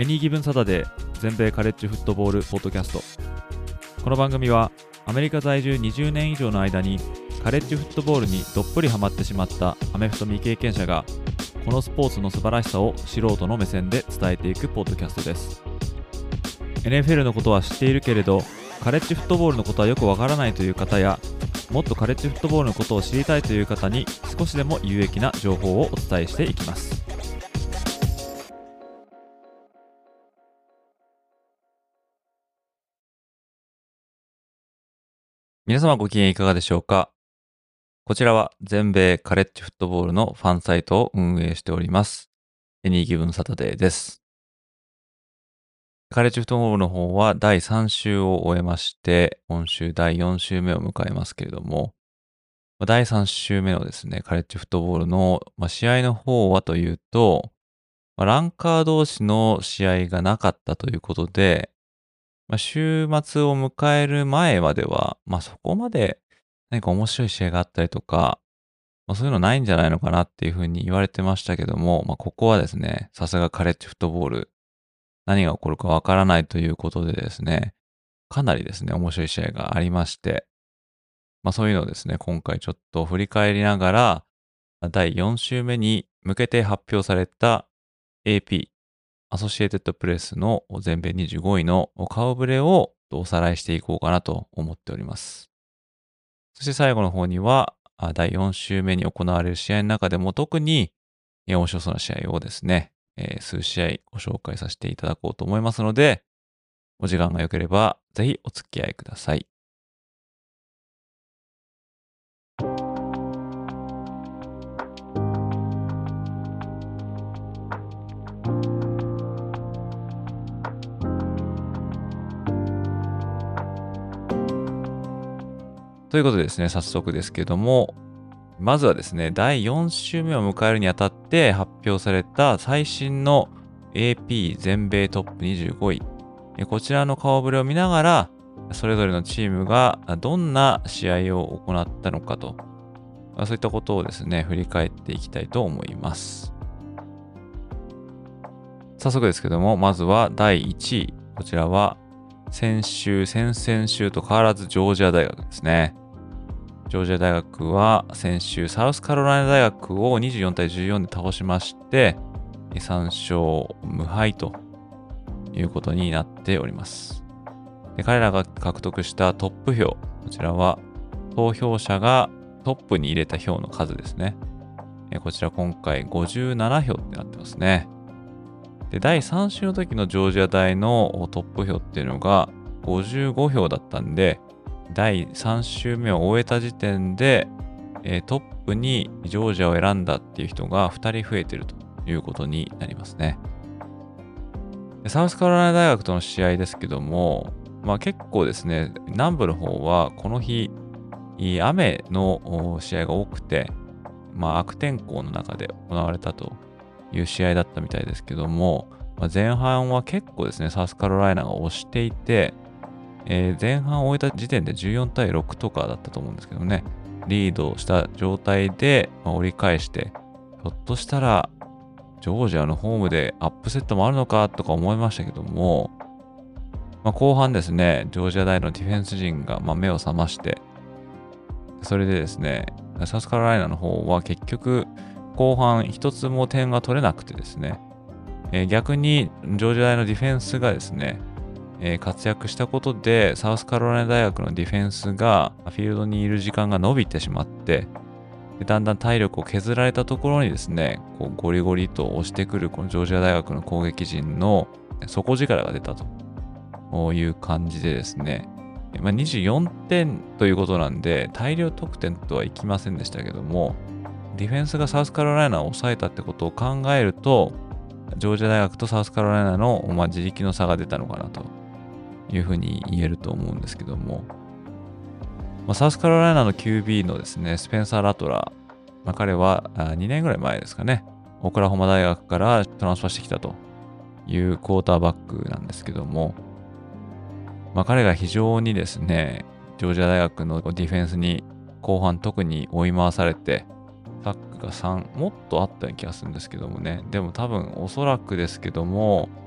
エニーギブンサタデー全米カレッジフットボールポッドキャスト。この番組はアメリカ在住20年以上の間にカレッジフットボールにどっぷりハマってしまったアメフト未経験者がこのスポーツの素晴らしさを素人の目線で伝えていくポッドキャストです。 NFL のことは知っているけれどカレッジフットボールのことはよくわからないという方や、もっとカレッジフットボールのことを知りたいという方に少しでも有益な情報をお伝えしていきます。皆様ご機嫌いかがでしょうか。こちらは全米カレッジフットボールのファンサイトを運営しておりますエニーギブンサタデーです。カレッジフットボールの方は第3週を終えまして、今週第4週目を迎えますけれども、第3週目のですね、カレッジフットボールの試合の方はというと、ランカー同士の試合がなかったということで、週末を迎える前までは、そこまで何か面白い試合があったりとか、そういうのないんじゃないのかなっていうふうに言われてましたけども、ここはですね、さすがカレッジフットボール、何が起こるかわからないということでですね、かなりですね、面白い試合がありまして、そういうのをですね、今回ちょっと振り返りながら、第4週目に向けて発表された AP、アソシエイテッドプレスの全米25位の顔ぶれをおさらいしていこうかなと思っております。そして最後の方には、第4週目に行われる試合の中でも特に面白そうな試合をですね、数試合ご紹介させていただこうと思いますので、お時間が良ければぜひお付き合いください。ということでですね、早速ですけども、まずはですね、第4週目を迎えるにあたって発表された最新の AP 全米トップ25位。こちらの顔ぶれを見ながら、それぞれのチームがどんな試合を行ったのかと、そういったことをですね、振り返っていきたいと思います。早速ですけども、まずは第1位。こちらは先々週と変わらずジョージア大学ですね。ジョージア大学は先週サウスカロライナ大学を24対14で倒しまして、3勝無敗ということになっております。で、彼らが獲得したトップ票、こちらは投票者がトップに入れた票の数ですね。こちら今回57票ってなってますね。で、第3週の時のジョージア大のトップ票っていうのが55票だったんで、第3週目を終えた時点で、トップにジョージアを選んだっていう人が2人増えてるということになりますね。で、サウスカロライナ大学との試合ですけども、結構ですね、南部の方はこの日、雨の試合が多くて、悪天候の中で行われたという試合だったみたいですけども、前半は結構ですね、サウスカロライナが押していて、前半を終えた時点で14対6とかだったと思うんですけどね、リードした状態で折り返して、ひょっとしたらジョージアのホームでアップセットもあるのかとか思いましたけども、後半ですね、ジョージア大のディフェンス陣が目を覚まして、それでですね、サウスカロライナの方は結局後半一つも点が取れなくてですね、逆にジョージア大のディフェンスがですね、活躍したことでサウスカロライナ大学のディフェンスがフィールドにいる時間が伸びてしまって、だんだん体力を削られたところにですね、ゴリゴリと押してくるこのジョージア大学の攻撃陣の底力が出たという感じでですね、24点ということなんで大量得点とはいきませんでしたけども、ディフェンスがサウスカロライナを抑えたってことを考えると、ジョージア大学とサウスカロライナの自力の差が出たのかなというふうに言えると思うんですけども、サウスカロライナの QB のですね、スペンサー・ラトラー、彼は2年ぐらい前ですかね、オクラホマ大学からトランスファーしてきたというクォーターバックなんですけども、彼が非常にですね、ジョージア大学のディフェンスに後半特に追い回されて、サックが3、もっとあったような気がするんですけどもね、でも多分おそらくですけども、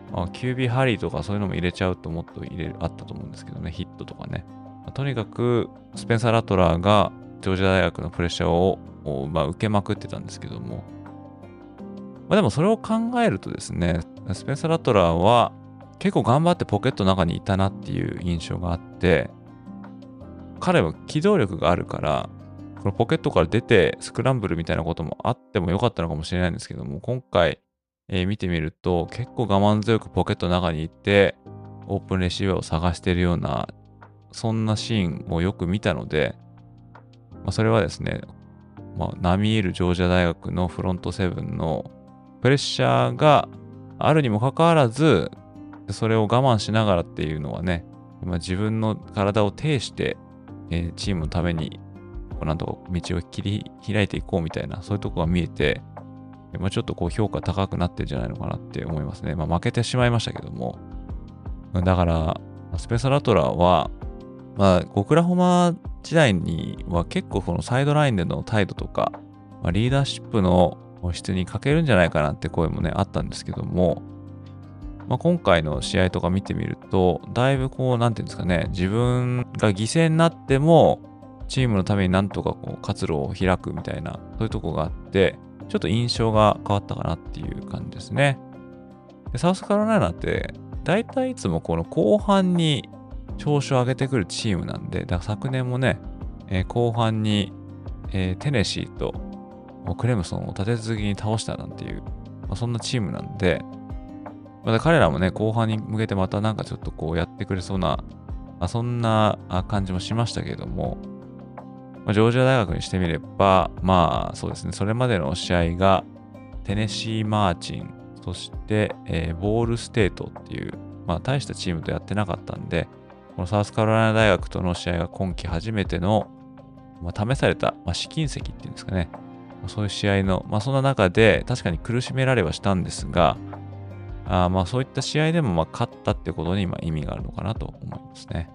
QB ハリーとかそういうのも入れちゃうともっとあったと思うんですけどね、ヒットとかね。とにかく、スペンサー・ラトラーがジョージア大学のプレッシャーを受けまくってたんですけども、でもそれを考えるとですね、スペンサー・ラトラーは結構頑張ってポケットの中にいたなっていう印象があって、彼は機動力があるから、このポケットから出てスクランブルみたいなこともあってもよかったのかもしれないんですけども、今回、見てみると結構我慢強くポケットの中にいて、オープンレシーバーを探しているような、そんなシーンをよく見たので、それはですね、並み居るジョージア大学のフロントセブンのプレッシャーがあるにもかかわらず、それを我慢しながらっていうのはね、自分の体を挺して、チームのためになんとか道を切り開いていこうみたいな、そういうとこが見えて、ちょっと評価高くなってるんじゃないのかなって思いますね。負けてしまいましたけども。だから、スペンサー・ラトラーは、オクラホマ時代には結構このサイドラインでの態度とか、リーダーシップの質に欠けるんじゃないかなって声もね、あったんですけども、今回の試合とか見てみると、だいぶなんていうんですかね、自分が犠牲になっても、チームのためになんとか活路を開くみたいな、そういうとこがあって、ちょっと印象が変わったかなっていう感じですね。でサウスカロライナって、だいたいいつもこの後半に調子を上げてくるチームなんで、だから昨年もね、後半に、テネシーとクレムソンを立て続けに倒したなんていう、そんなチームなんで、また彼らもね、後半に向けてまたなんかちょっとやってくれそうな、そんな感じもしましたけれども、ジョージア大学にしてみれば、そうですね、それまでの試合が、テネシー・マーチン、そして、ボールステートっていう、大したチームとやってなかったんで、このサウスカロライナ大学との試合が今季初めての、試された、試金石っていうんですかね、そういう試合の、そんな中で、確かに苦しめられはしたんですが、そういった試合でも勝ったってことに意味があるのかなと思いますね。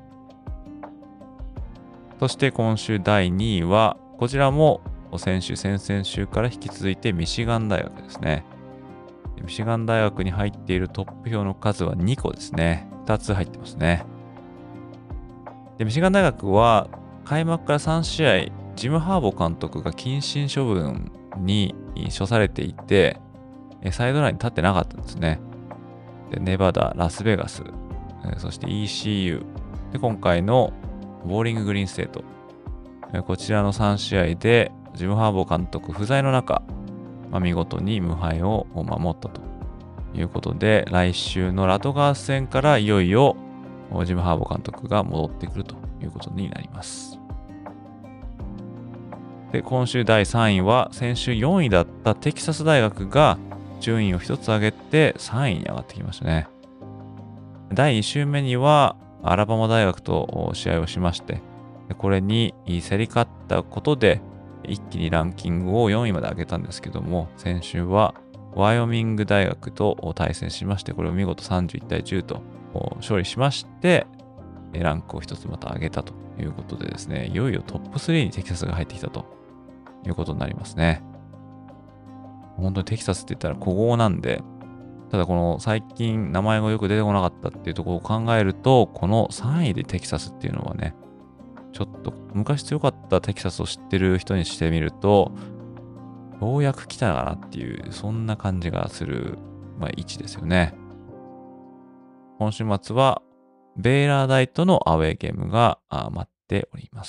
そして今週第2位は、こちらも先週、先々週から引き続いてミシガン大学ですね。ミシガン大学に入っているトップ票の数は2個ですね。2つ入ってますね。でミシガン大学は開幕から3試合、ジム・ハーボ監督が謹慎処分に処されていて、サイドラインに立ってなかったんですね。でネバダ、ラスベガス、そして ECU、で今回のボーリンググリーンステート。こちらの3試合で、ジム・ハーボー監督不在の中、見事に無敗を守ったということで、来週のラトガース戦からいよいよジム・ハーボー監督が戻ってくるということになります。で、今週第3位は、先週4位だったテキサス大学が順位を1つ上げて3位に上がってきましたね。第1週目には、アラバマ大学と試合をしまして、これに競り勝ったことで、一気にランキングを4位まで上げたんですけども、先週はワイオミング大学と対戦しまして、これを見事31対10と勝利しまして、ランクを一つまた上げたということでですね、いよいよトップ3にテキサスが入ってきたということになりますね。本当にテキサスって言ったら古豪なんで、ただこの最近名前がよく出てこなかったっていうところを考えると、この3位でテキサスっていうのはね、ちょっと昔強かったテキサスを知ってる人にしてみると、ようやく来たかなっていう、そんな感じがする、位置ですよね。今週末は、ベイラー大とのアウェーゲームが待っております。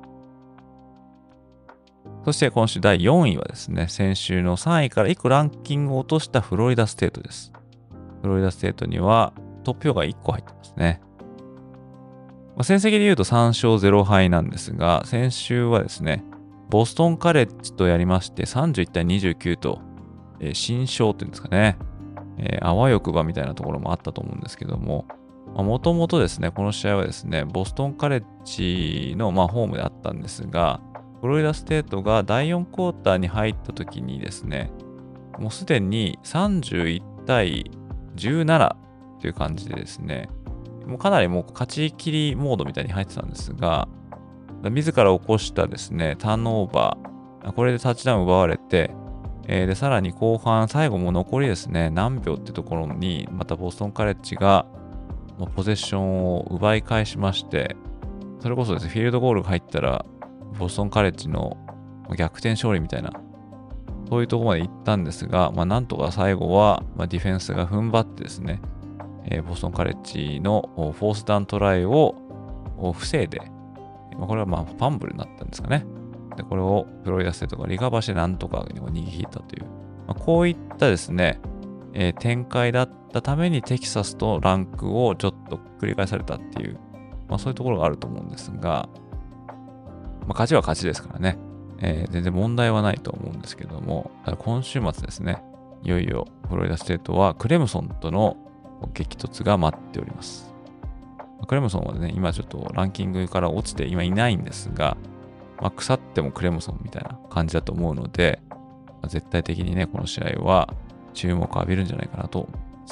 そして今週第4位はですね、先週の3位から1個ランキングを落としたフロリダステートです。フロリダステートにはトップ票が1個入ってますね。成績で言うと3勝0敗なんですが、先週はですね、ボストンカレッジとやりまして31対29と、新勝っていうんですかね、あわよくばみたいなところもあったと思うんですけども、もともとですね、この試合はですね、ボストンカレッジのホームであったんですが、フロリダステートが第4クォーターに入った時にですね、もうすでに31対17という感じでですね、もうかなりもう勝ち切りモードみたいに入ってたんですが、自ら起こしたですね、ターンオーバー、これでタッチダウン奪われて、 で、さらに後半、最後も残りですね、何秒ってところに、またボストンカレッジが、ポゼッションを奪い返しまして、それこそですね、フィールドゴールが入ったら、ボストンカレッジの逆転勝利みたいな、そういうところまで行ったんですが、なんとか最後は、ディフェンスが踏ん張ってですね、ボストンカレッジのフォースダウントライを防いで、これはファンブルになったんですかね。で、これをフロリダステートがリカバーしてなんとか逃げ切ったという、こういったですね、展開だったためにテキサスとランクをちょっと繰り返されたっていう、そういうところがあると思うんですが、勝ちは勝ちですからね、全然問題はないと思うんですけども、ただ今週末ですね、いよいよフロリダステートはクレムソンとの激突が待っております。クレムソンはね、今ちょっとランキングから落ちて今いないんですが、腐ってもクレムソンみたいな感じだと思うので、絶対的にね、この試合は注目を浴びるんじゃないかなと思います。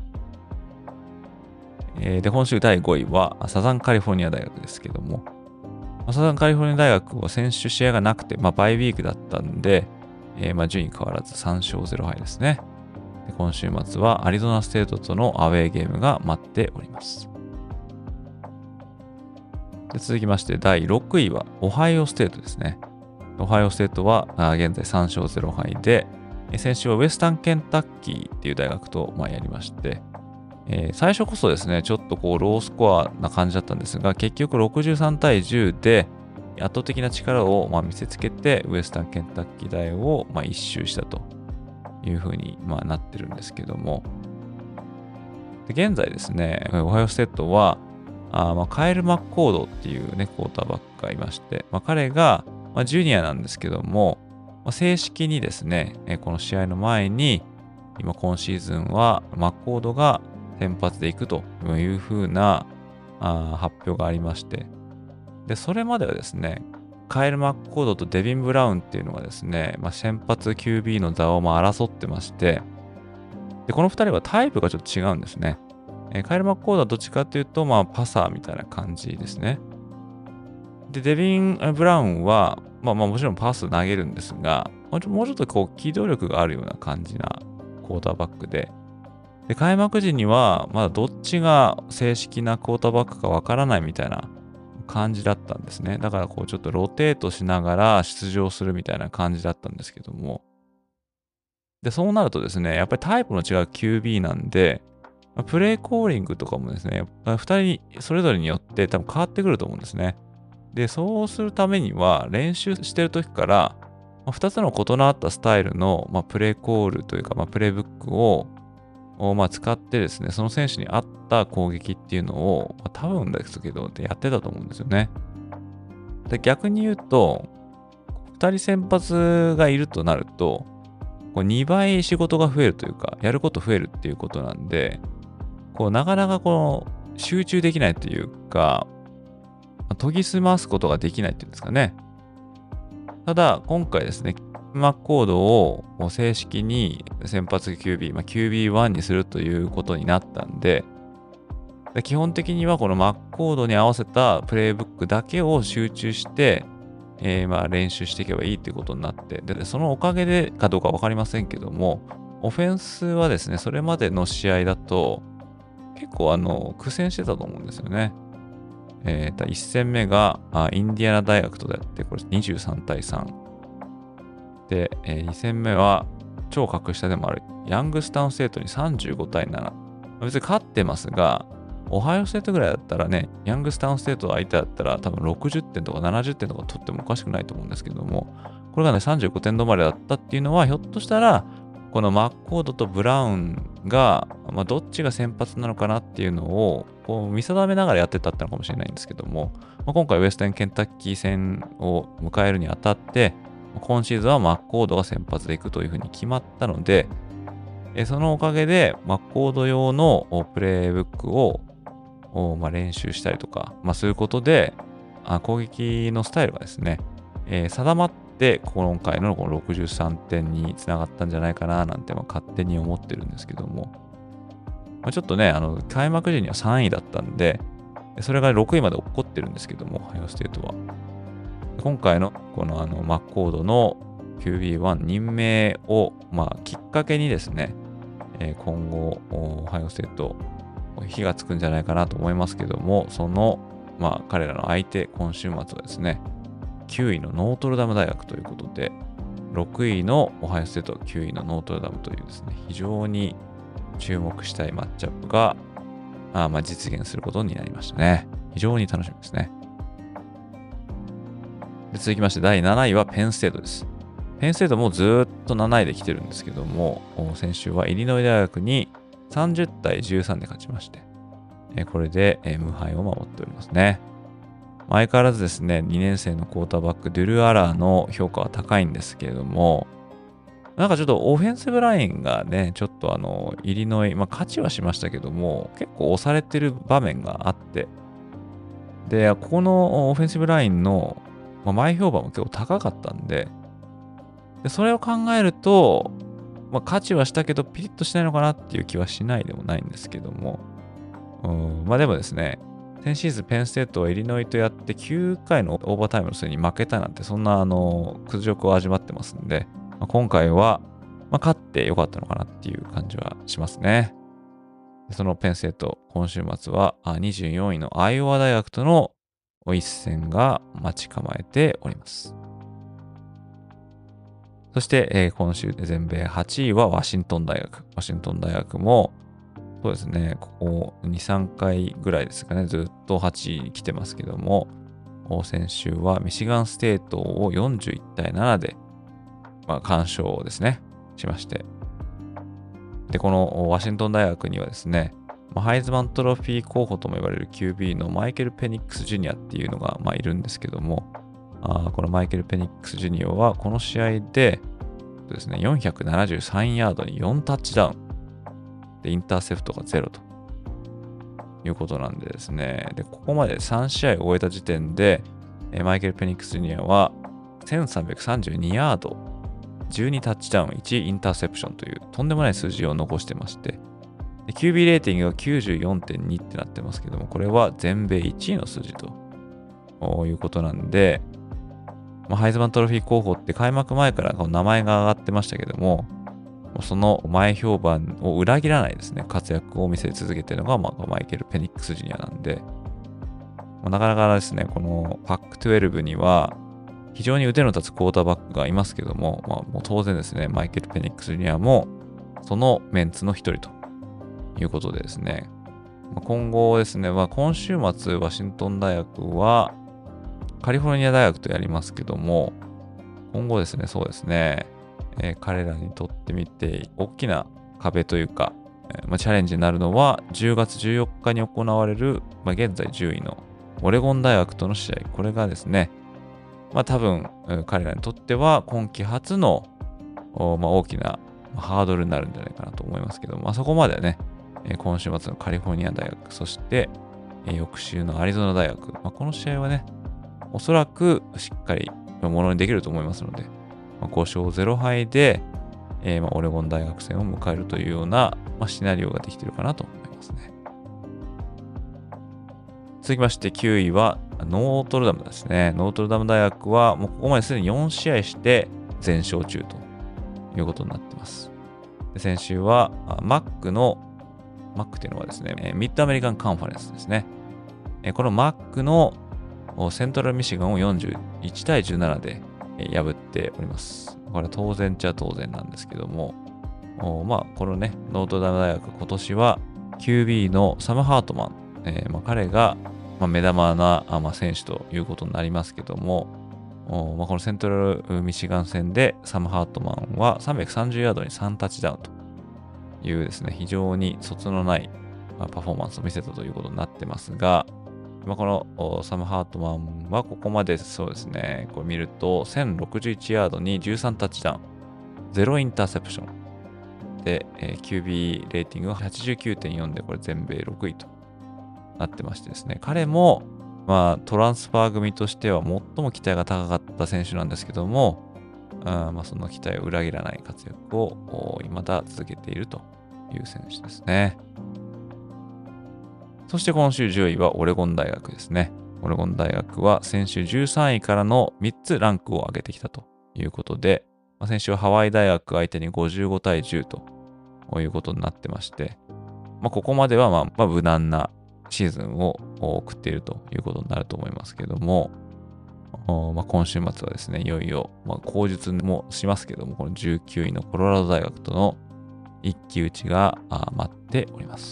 で、今週第5位はサザンカリフォルニア大学ですけども、サザンカリフォルニア大学は先週試合がなくて、バイウィークだったんで、順位変わらず3勝0敗ですね。で、今週末はアリゾナステートとのアウェーゲームが待っております。で、続きまして第6位はオハイオステートですね。オハイオステートは現在3勝0敗で、先週はウェスタンケンタッキーっていう大学とやりまして、最初こそですね、ちょっとロースコアな感じだったんですが、結局63対10で圧倒的な力を見せつけて、ウエスタンケンタッキー大を一周したというふうになってるんですけども、で現在ですね、オハイオステートは、カエル・マッコードっていうね、クォーターバックがいまして、彼が、ジュニアなんですけども、正式にですね、この試合の前に、今シーズンはマッコードが先発で行くという風な発表がありまして、で、それまではですね、カエル・マッコードとデビン・ブラウンっていうのがですね、先発 QB の座を争ってまして、で、この2人はタイプがちょっと違うんですね。カエル・マッコードはどっちかっていうと、パサーみたいな感じですね。で、デビン・ブラウンは、もちろんパス投げるんですが、もうちょっと機動力があるような感じなクォーターバックで、で、開幕時には、まだどっちが正式なクォーターバックかわからないみたいな感じだったんですね。だからちょっとロテートしながら出場するみたいな感じだったんですけども。で、そうなるとですね、やっぱりタイプの違う QB なんで、プレイコーリングとかもですね、2人それぞれによって多分変わってくると思うんですね。で、そうするためには練習してる時から、2つの異なったスタイルの、プレイコールというか、プレイブックを使ってですね、その選手に合った攻撃っていうのを、多分ですけど、やってたと思うんですよね。で、逆に言うと、2人先発がいるとなると、2倍仕事が増えるというか、やること増えるっていうことなんで、なかなか集中できないというか、研ぎ澄ますことができないっていうんですかね。ただ、今回ですね、マッコードを正式に先発 QB、QB1 にするということになったんで、基本的にはこのマッコードに合わせたプレイブックだけを集中して、練習していけばいいということになって、で、そのおかげでかどうかわかりませんけども、オフェンスはですね、それまでの試合だと、結構苦戦してたと思うんですよね。1戦目がインディアナ大学とやって、これ23対3。で、2戦目は超格下でもあるヤングスタウンステートに35対7。別に勝ってますが、オハイオステートぐらいだったらね、ヤングスタウンステート相手だったら多分60点とか70点とか取ってもおかしくないと思うんですけども、これがね、35点止まりだったっていうのは、ひょっとしたら、このマッコードとブラウンが、どっちが先発なのかなっていうのを見定めながらやってたってのかもしれないんですけども、今回ウェスタンケンタッキー戦を迎えるにあたって、今シーズンはマッコードが先発でいくというふうに決まったので、そのおかげでマッコード用のプレイブックを練習したりとか、そういうことで攻撃のスタイルがですね、定まって今回のこの63点につながったんじゃないかななんて勝手に思ってるんですけども、ちょっとね、開幕時には3位だったんで、それが6位まで落っこってるんですけども、オハイオステートは。今回のこのマッコードの QB1 任命を、きっかけにですね、今後、オハイオステート、火がつくんじゃないかなと思いますけども、その、彼らの相手、今週末はですね、9位のノートルダム大学ということで、6位のオハイオステート、9位のノートルダムというですね、非常に注目したいマッチアップが、実現することになりましたね。非常に楽しみですね。で、続きまして第7位はペンステートです。ペンステートもずっと7位で来てるんですけども、先週はイリノイ大学に30対13で勝ちまして、これで無敗を守っておりますね。相変わらずですね、2年生のクォーターバック、ドゥル・アラーの評価は高いんですけれども、なんかちょっとオフェンシブラインがね、ちょっとイリノイ、勝ちはしましたけども、結構押されてる場面があって、で、ここのオフェンシブラインの、前評判も結構高かったんで、それを考えると、勝ちはしたけどピリッとしないのかなっていう気はしないでもないんですけども、でもですね、先シーズンペンステートはイリノイとやって9回のオーバータイムの末に負けたなんて、そんな屈辱を味わってますんで、今回は、勝ってよかったのかなっていう感じはしますね。そのペンステート、今週末は24位のアイオワ大学との一戦が待ち構えております。そして、今週で全米8位はワシントン大学。ワシントン大学も、そうですね、ここ2、3回ぐらいですかね、ずっと8位に来てますけども、先週はミシガンステートを41対7で、完勝ですね、しまして。で、このワシントン大学にはですね、ハイズマントロフィー候補とも言われる QB のマイケル・ペニックス・ジュニアっていうのが、いるんですけども、このマイケル・ペニックス・ジュニアはこの試合でですね、473ヤードに4タッチダウン。で、インターセプトが0ということなんでですね、で、ここまで3試合を終えた時点で、マイケル・ペニックス・ジュニアは1332ヤード、12タッチダウン、1インターセプションというとんでもない数字を残してまして、で QB レーティングが 94.2 ってなってますけども、これは全米1位の数字ということなんで、ハイズマントロフィー候補って開幕前から名前が上がってましたけども、その前評判を裏切らないですね、活躍を見せ続けているのが、マイケル・ペニックス・ジュニアなんで、なかなかですね、このパック12には、非常に腕の立つクォーターバックがいますけども、もう当然ですね、マイケル・ペニックス・ジュニアも、そのメンツの一人ということでですね、今後ですね、今週末、ワシントン大学は、カリフォルニア大学とやりますけども、今後ですね、そうですね、彼らにとってみて大きな壁というか、チャレンジになるのは10月14日に行われる、現在10位のオレゴン大学との試合。これがですね、多分彼らにとっては今季初の、大きなハードルになるんじゃないかなと思いますけど、そこまではね、今週末のカリフォルニア大学、そして、翌週のアリゾナ大学、この試合はね、おそらくしっかりものにできると思いますので、5勝0敗で、オレゴン大学戦を迎えるというような、シナリオができているかなと思いますね。続きまして9位はノートルダムですね。ノートルダム大学はもうここまですでに4試合して全勝中ということになっています。で先週はマックっていうのはですね、ミッドアメリカンカンファレンスですね。このマックのセントラルミシガンを41対17で破っております。これは当然っちゃ当然なんですけども、このね、ノートダム大学今年は QB のサム・ハートマン、彼が目玉な選手ということになりますけども、このセントラルミシガン戦でサム・ハートマンは330ヤードに3タッチダウンというですね、非常に卒のないパフォーマンスを見せたということになってますが、このサム・ハートマンはここまでそうですね、これ見ると1061ヤードに13タッチダウン、0インターセプションで、QB レーティングが 89.4 でこれ全米6位となってましてですね、彼もトランスファー組としては最も期待が高かった選手なんですけども、その期待を裏切らない活躍を未だ続けているという選手ですね。そして今週10位はオレゴン大学ですね。オレゴン大学は先週13位からの3つランクを上げてきたということで、 先週はハワイ大学相手に55対10ということになってまして、ここまでは無難なシーズンを送っているということになると思いますけども、今週末はですね、いよいよ、口述もしますけども、この19位のコロラド大学との一騎打ちが待っております。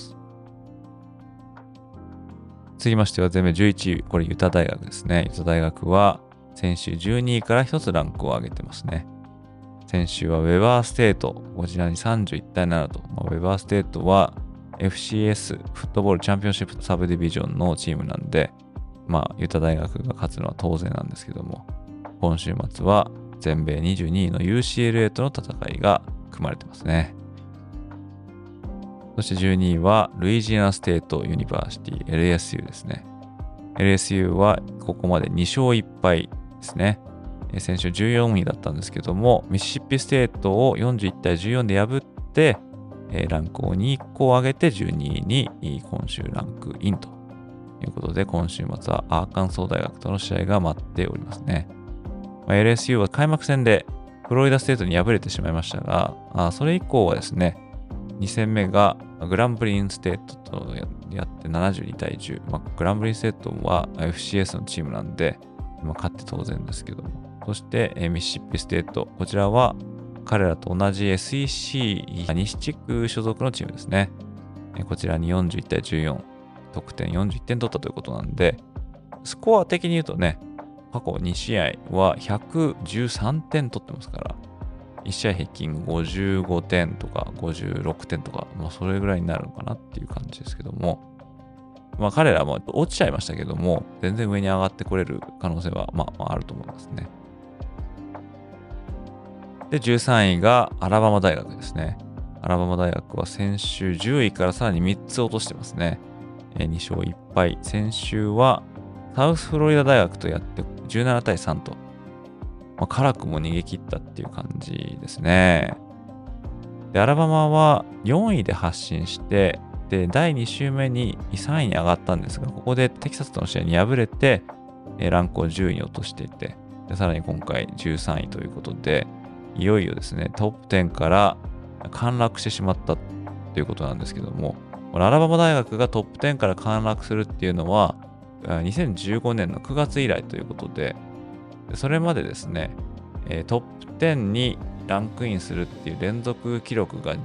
続きましては全米11位、これユタ大学ですね。ユタ大学は先週12位から1つランクを上げてますね。先週はウェバーステート、こちらに31対7と、ウェバーステートは FCS フットボールチャンピオンシップサブディビジョンのチームなんで、ユタ大学が勝つのは当然なんですけども、今週末は全米22位の UCLA との戦いが組まれてますね。そして12位はルイジアナステートユニバーシティ LSU ですね。LSU はここまで2勝1敗ですね。先週14位だったんですけども、ミシシッピステートを41対14で破って、ランクを2個上げて12位に今週ランクインということで、今週末はアーカンソー大学との試合が待っておりますね。LSU は開幕戦でフロリダステートに敗れてしまいましたが、それ以降はですね、2戦目がグランブリンステートとやって72対10。グランブリンステートは FCS のチームなんで、勝って当然ですけども。そして、ミシシッピステート。こちらは彼らと同じ SEC 西地区所属のチームですね。こちらに41対14。得点41点取ったということなんで、スコア的に言うとね、過去2試合は113点取ってますから、1試合平均55点とか56点とか、それぐらいになるのかなっていう感じですけども、彼らも落ちちゃいましたけども、全然上に上がってこれる可能性はあると思いますね。で、13位がアラバマ大学ですね。アラバマ大学は先週10位からさらに3つ落としてますね。2勝1敗。先週はサウスフロリダ大学とやって17対3と、辛くも逃げ切ったっていう感じですね。で、アラバマは4位で発進して、で、第2週目に3位に上がったんですが、ここでテキサスとの試合に敗れて、ランクを10位に落としていて、でさらに今回13位ということで、いよいよですね、トップ10から陥落してしまったということなんですけども、このアラバマ大学がトップ10から陥落するっていうのは、2015年の9月以来ということで、それまでですね、トップ10にランクインするっていう連続記録が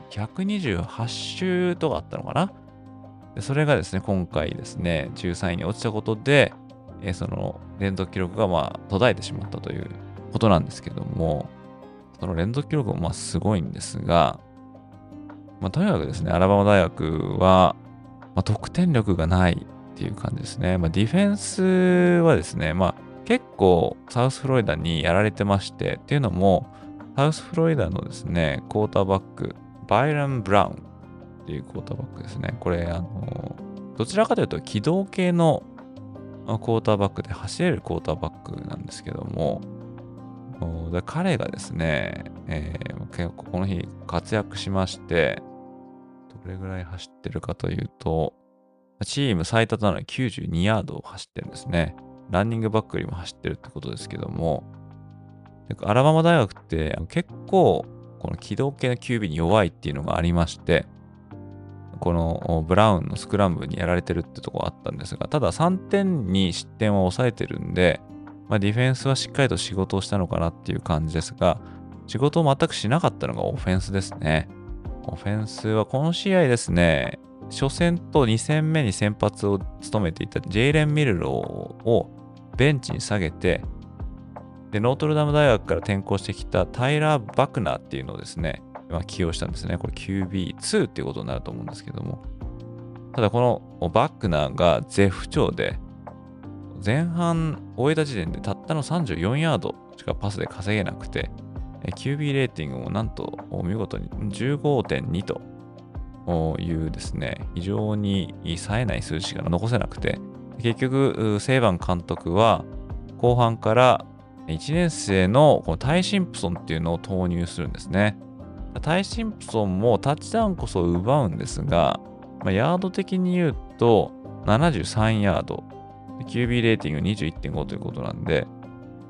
128週とかあったのかな。でそれがですね、今回ですね、13位に落ちたことで、その連続記録が途絶えてしまったということなんですけども、その連続記録もすごいんですが、とにかくですね、アラバマ大学は、得点力がないっていう感じですね。ディフェンスはですね、結構サウスフロリダにやられてまして、っていうのも、サウスフロリダのですね、クォーターバック、バイラン・ブラウンっていうクォーターバックですね。これ、どちらかというと機動系のクォーターバックで走れるクォーターバックなんですけども、で彼がですね、結構この日活躍しまして、どれぐらい走ってるかというと、チーム最多となる92ヤードを走ってるんですね。ランニングバックよりも走ってるってことですけども、アラバマ大学って結構この機動系の QB に弱いっていうのがありまして、このブラウンのスクランブルにやられてるってとこあったんですが、ただ3点に失点は抑えてるんで、ディフェンスはしっかりと仕事をしたのかなっていう感じですが、仕事を全くしなかったのがオフェンスですね。オフェンスはこの試合ですね、初戦と2戦目に先発を務めていたジェイレン・ミルローをベンチに下げて、で、ノートルダム大学から転校してきたタイラー・バクナーっていうのをですね、起用したんですね。これ QB2 っていうことになると思うんですけども。ただこのバクナーが絶不調で、前半終えた時点でたったの34ヤードしかパスで稼げなくて、QB レーティングもなんと見事に 15.2 というですね、非常に冴えない数字しか残せなくて、結局、セイバン監督は後半から1年生のこのタイ・シンプソンっていうのを投入するんですね。タイ・シンプソンもタッチダウンこそ奪うんですが、ヤード的に言うと73ヤード、QB レーティング 21.5 ということなんで、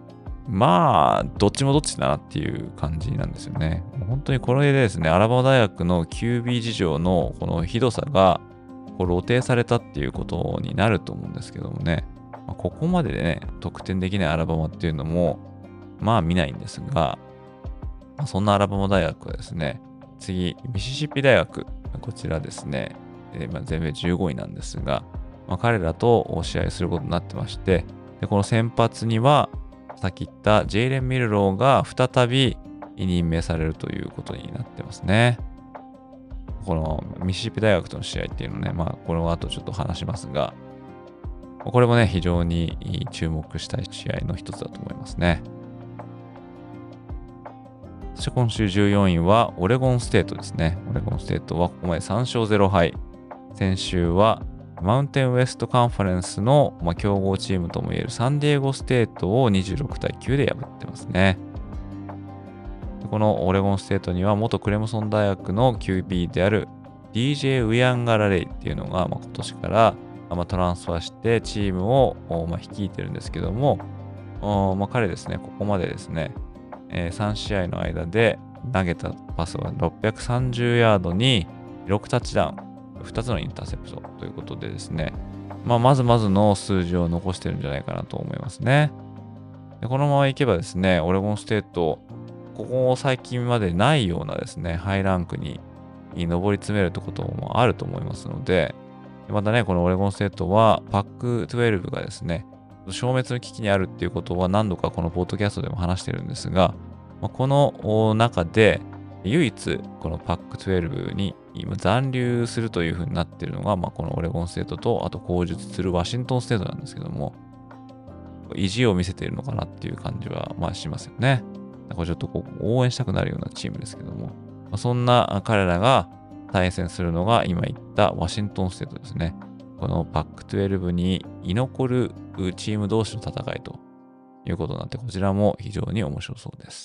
まあ、どっちもどっちだなっていう感じなんですよね。本当にこれでですね、アラバマ大学の QB 事情のこのひどさが露呈されたっていうことになると思うんですけどもね。ここまででね、得点できないアラバマっていうのも、まあ見ないんですが、そんなアラバマ大学はですね、次、ミシシッピ大学、こちらですね、全米15位なんですが、彼らと試合することになってまして、でこの先発には、さっき言ったジェイレン・ミルローが再び任命されるということになってますね。このミシシッピ大学との試合っていうのね、この後ちょっと話しますが、これもね、非常に注目したい試合の一つだと思いますね。そして今週14位はオレゴンステートですね。オレゴンステートはここまで3勝0敗。先週はマウンテンウエストカンファレンスの、強豪チームともいえるサンディエゴステートを26対9で破ってますね。このオレゴンステートには元クレムソン大学の QB である DJ ウヤンガラレイっていうのが、今年からトランスファーしてチームを率いてるんですけども、彼ですね、ここまでですね、3試合の間で投げたパスは630ヤードに6タッチダウン、2つのインターセプトということでですね、まずまずの数字を残してるんじゃないかなと思いますね。でこのままいけばですね、オレゴンステート、ここ最近までないようなですね、ハイランクに上り詰めるってこともあると思いますので、またね、このオレゴンステートはパック12がですね、消滅の危機にあるっていうことは何度かこのポッドキャストでも話してるんですが、この中で唯一このパック12に今残留するというふうになっているのが、このオレゴンステートと、あと後述するワシントンステートなんですけども、意地を見せているのかなっていう感じはしますよね。これちょっと応援したくなるようなチームですけども、そんな彼らが対戦するのが今言ったワシントンステートですね。このパック12に居残るチーム同士の戦いということになって、こちらも非常に面白そうです。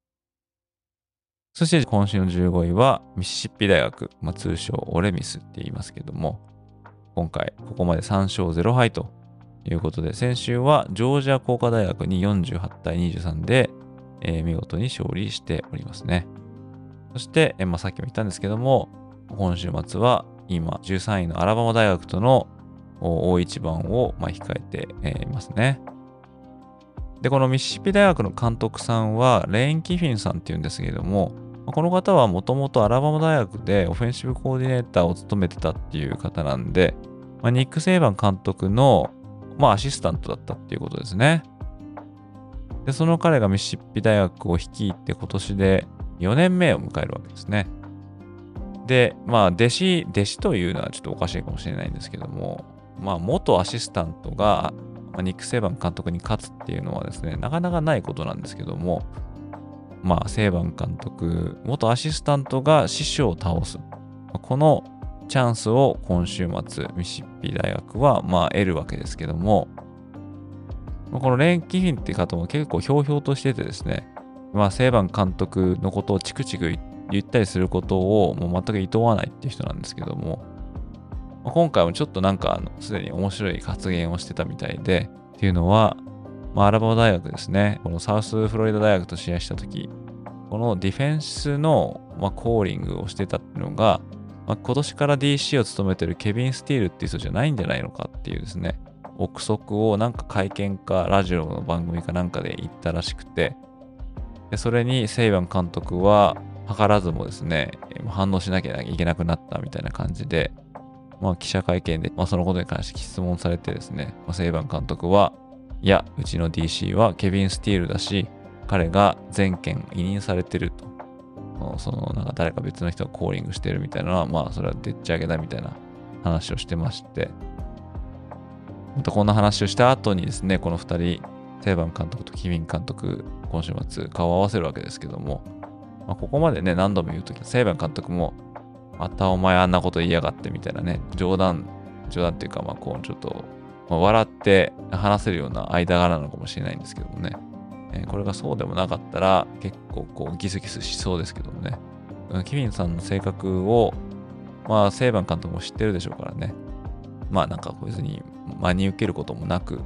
そして今週の15位はミシシッピ大学、通称オレミスって言いますけども、今回ここまで3勝0敗ということで、先週はジョージア工科大学に48対23で、見事に勝利しておりますね。そして、さっきも言ったんですけども、今週末は今13位のアラバマ大学との大一番を控えていますね。で、このミシシッピ大学の監督さんはレイン・キフィンさんっていうんですけれども、この方はもともとアラバマ大学でオフェンシブコーディネーターを務めてたっていう方なんで、ニック・セイバン監督の、アシスタントだったっていうことですね。で、その彼がミシシッピ大学を率いて今年で4年目を迎えるわけですね。で、弟子というのはちょっとおかしいかもしれないんですけども、元アシスタントが、ニック・セイバン監督に勝つっていうのはですね、なかなかないことなんですけども、セイバン監督、元アシスタントが師匠を倒す。このチャンスを今週末、ミシシッピ大学は得るわけですけども、このレン・キフィンっていう方も結構ひょうひょうとしててですね、セイバン監督のことをチクチク言ったりすることをもう全く厭わないっていう人なんですけども、今回もちょっとすでに面白い発言をしてたみたいで、っていうのは、アラバマ大学ですね、このサウスフロリダ大学と試合したとき、このディフェンスの、コーリングをしてたっていうのが、今年から DC を務めてるケビン・スティールっていう人じゃないんじゃないのかっていうですね、憶測を会見かラジオの番組かなんかで言ったらしくて、でそれにセイバン監督は図らずもですね、反応しなきゃいけなくなったみたいな感じで、記者会見で、そのことに関して質問されてですね、セイバン監督は、いや、うちの DC はケビン・スティールだし、彼が全権委任されてると。誰か別の人がコーリングしてるみたいなのは、それはでっち上げだみたいな話をしてまして、またこんな話をした後にですね、この2人、セイバン監督とキビン監督、今週末顔を合わせるわけですけども、ここまでね、何度も言うとき、セイバン監督も、またお前あんなこと言いやがってみたいなね、冗談っていうか、ちょっと、笑って話せるような間柄なのかもしれないんですけどもね、これがそうでもなかったら、結構ギスギスしそうですけどもね、キビンさんの性格を、セイバン監督も知ってるでしょうからね、別に真に受けることもなく、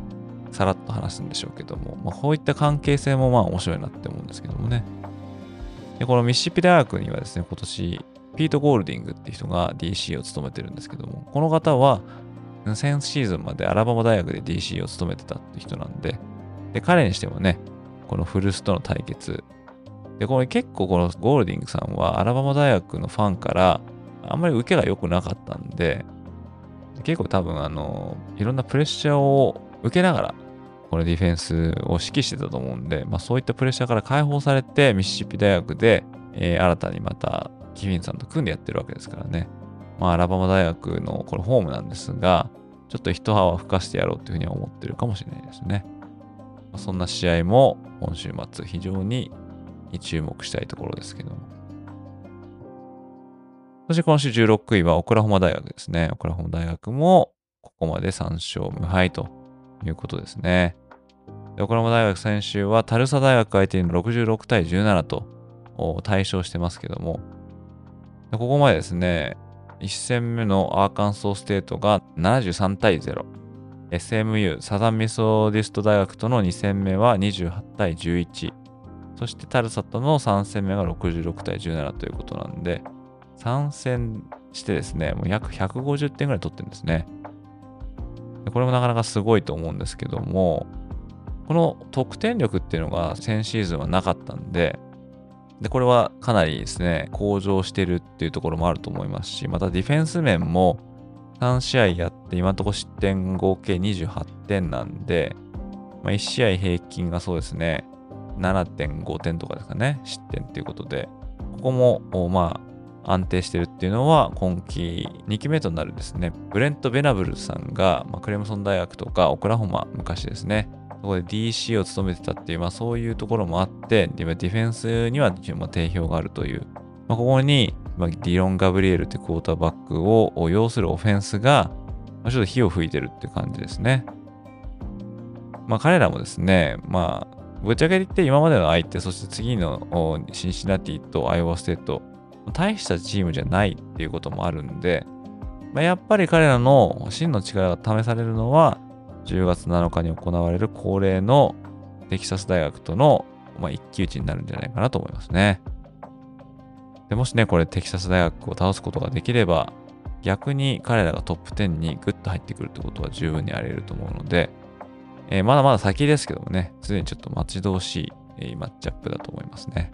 さらっと話すんでしょうけども、こういった関係性も面白いなって思うんですけどもね。で、このミシシッピ大学にはですね、今年、ピート・ゴールディングっていう人が DC を務めてるんですけども、この方は、先シーズンまでアラバマ大学で DC を務めてたって人なんで、で、彼にしてもね、このフルスとの対決。で、これ結構このゴールディングさんはアラバマ大学のファンからあんまり受けが良くなかったんで、結構多分いろんなプレッシャーを受けながら、このディフェンスを指揮してたと思うんで、そういったプレッシャーから解放されて、ミシシッピ大学で、新たにまたキフィンさんと組んでやってるわけですからね。アラバマ大学のこれホームなんですが、ちょっと一泡吹かしてやろうというふうには思ってるかもしれないですね。そんな試合も今週末非常に注目したいところですけども。そして今週16位はオクラホマ大学ですね。オクラホマ大学もここまで3勝無敗ということですね。でオクラホマ大学先週はタルサ大学相手に66対17と大勝してますけども、ここまでですね、1戦目のアーカンソーステートが73対0。SMU、サザンミソディスト大学との2戦目は28対11。そしてタルサとの3戦目が66対17ということなんで、3戦してですね、もう約150点ぐらい取ってるんですね。これもなかなかすごいと思うんですけども、この得点力っていうのが先シーズンはなかったんで、これはかなりですね、向上してるっていうところもあると思いますし、またディフェンス面も3試合やって今のところ失点合計28点なんで、1試合平均がそうですね、7.5 点とかですかね、失点っていうことで、ここも安定してるっていうのは今季2期目となるですね、ブレント・ベナブルさんが、クレムソン大学とかオクラホマ昔ですね、そこで DC を務めてたっていう、そういうところもあって、ディフェンスには定評があるという、ここに、ディロン・ガブリエルってクォーターバックを要するオフェンスが、ちょっと火を吹いてるっていう感じですね。彼らもですね、ぶっちゃけ言って今までの相手、そして次のシンシナティとアイオワステート、大したチームじゃないっていうこともあるんで、やっぱり彼らの真の力が試されるのは、10月7日に行われる恒例のテキサス大学との、一騎打ちになるんじゃないかなと思いますね。でもしね、これテキサス大学を倒すことができれば、逆に彼らがトップ10にグッと入ってくるってことは十分にあり得ると思うので、まだまだ先ですけどもね、すでにちょっと待ち遠しい、マッチアップだと思いますね。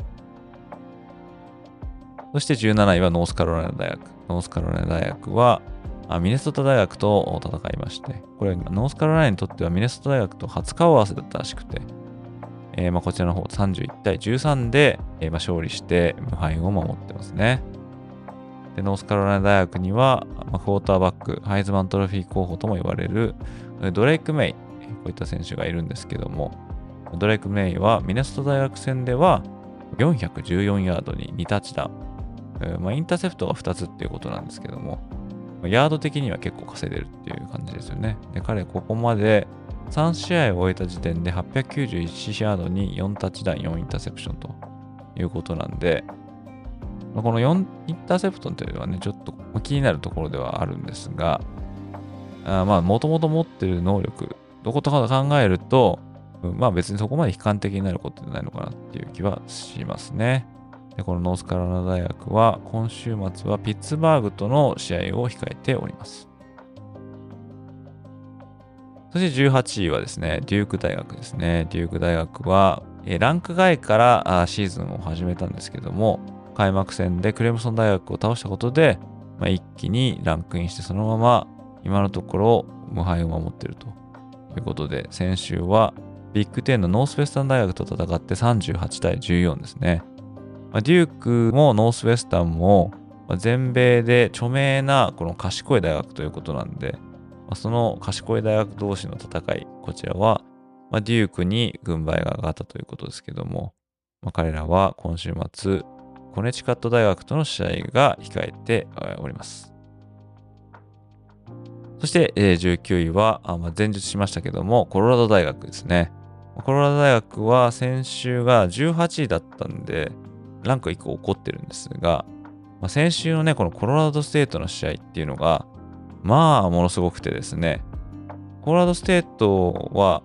そして17位はノースカロライナ大学。ノースカロライナ大学はミネソタ大学と戦いまして、これノースカロライナにとってはミネソタ大学と初顔合わせだったらしくて、こちらの方31対13で、勝利して無敗を守ってますね。で、ノースカロライナ大学には、クォーターバック、ハイズマントロフィー候補とも言われるドレイク・メイ、こういった選手がいるんですけども、ドレイク・メイはミネソタ大学戦では414ヤードに2タッチダウン。インターセプトが2つっていうことなんですけども、ヤード的には結構稼いでるっていう感じですよね。で、彼ここまで3試合を終えた時点で891ヤードに4タッチダウン、4インターセプションということなんで、この4インターセプトというのはね、ちょっと気になるところではあるんですが、もともと持ってる能力、どことか考えると、別にそこまで悲観的になることじゃないのかなっていう気はしますね。で、このノースカロライナ大学は今週末はピッツバーグとの試合を控えております。そして18位はですね、デューク大学ですね。デューク大学はランク外からシーズンを始めたんですけども、開幕戦でクレムソン大学を倒したことで、一気にランクインしてそのまま今のところ無敗を守っているということで、先週はビッグ10のノースウェスタン大学と戦って38対14ですね。デュークもノースウェスタンも全米で著名なこの賢い大学ということなんで、その賢い大学同士の戦い、こちらはデュークに軍配が上がったということですけども、彼らは今週末、コネチカット大学との試合が控えております。そして19位は前述しましたけども、コロラド大学ですね。コロラド大学は先週が18位だったんで、ランク1個起こってるんですが、先週のね、このコロラドステートの試合っていうのが、ものすごくてですね、コロラドステートは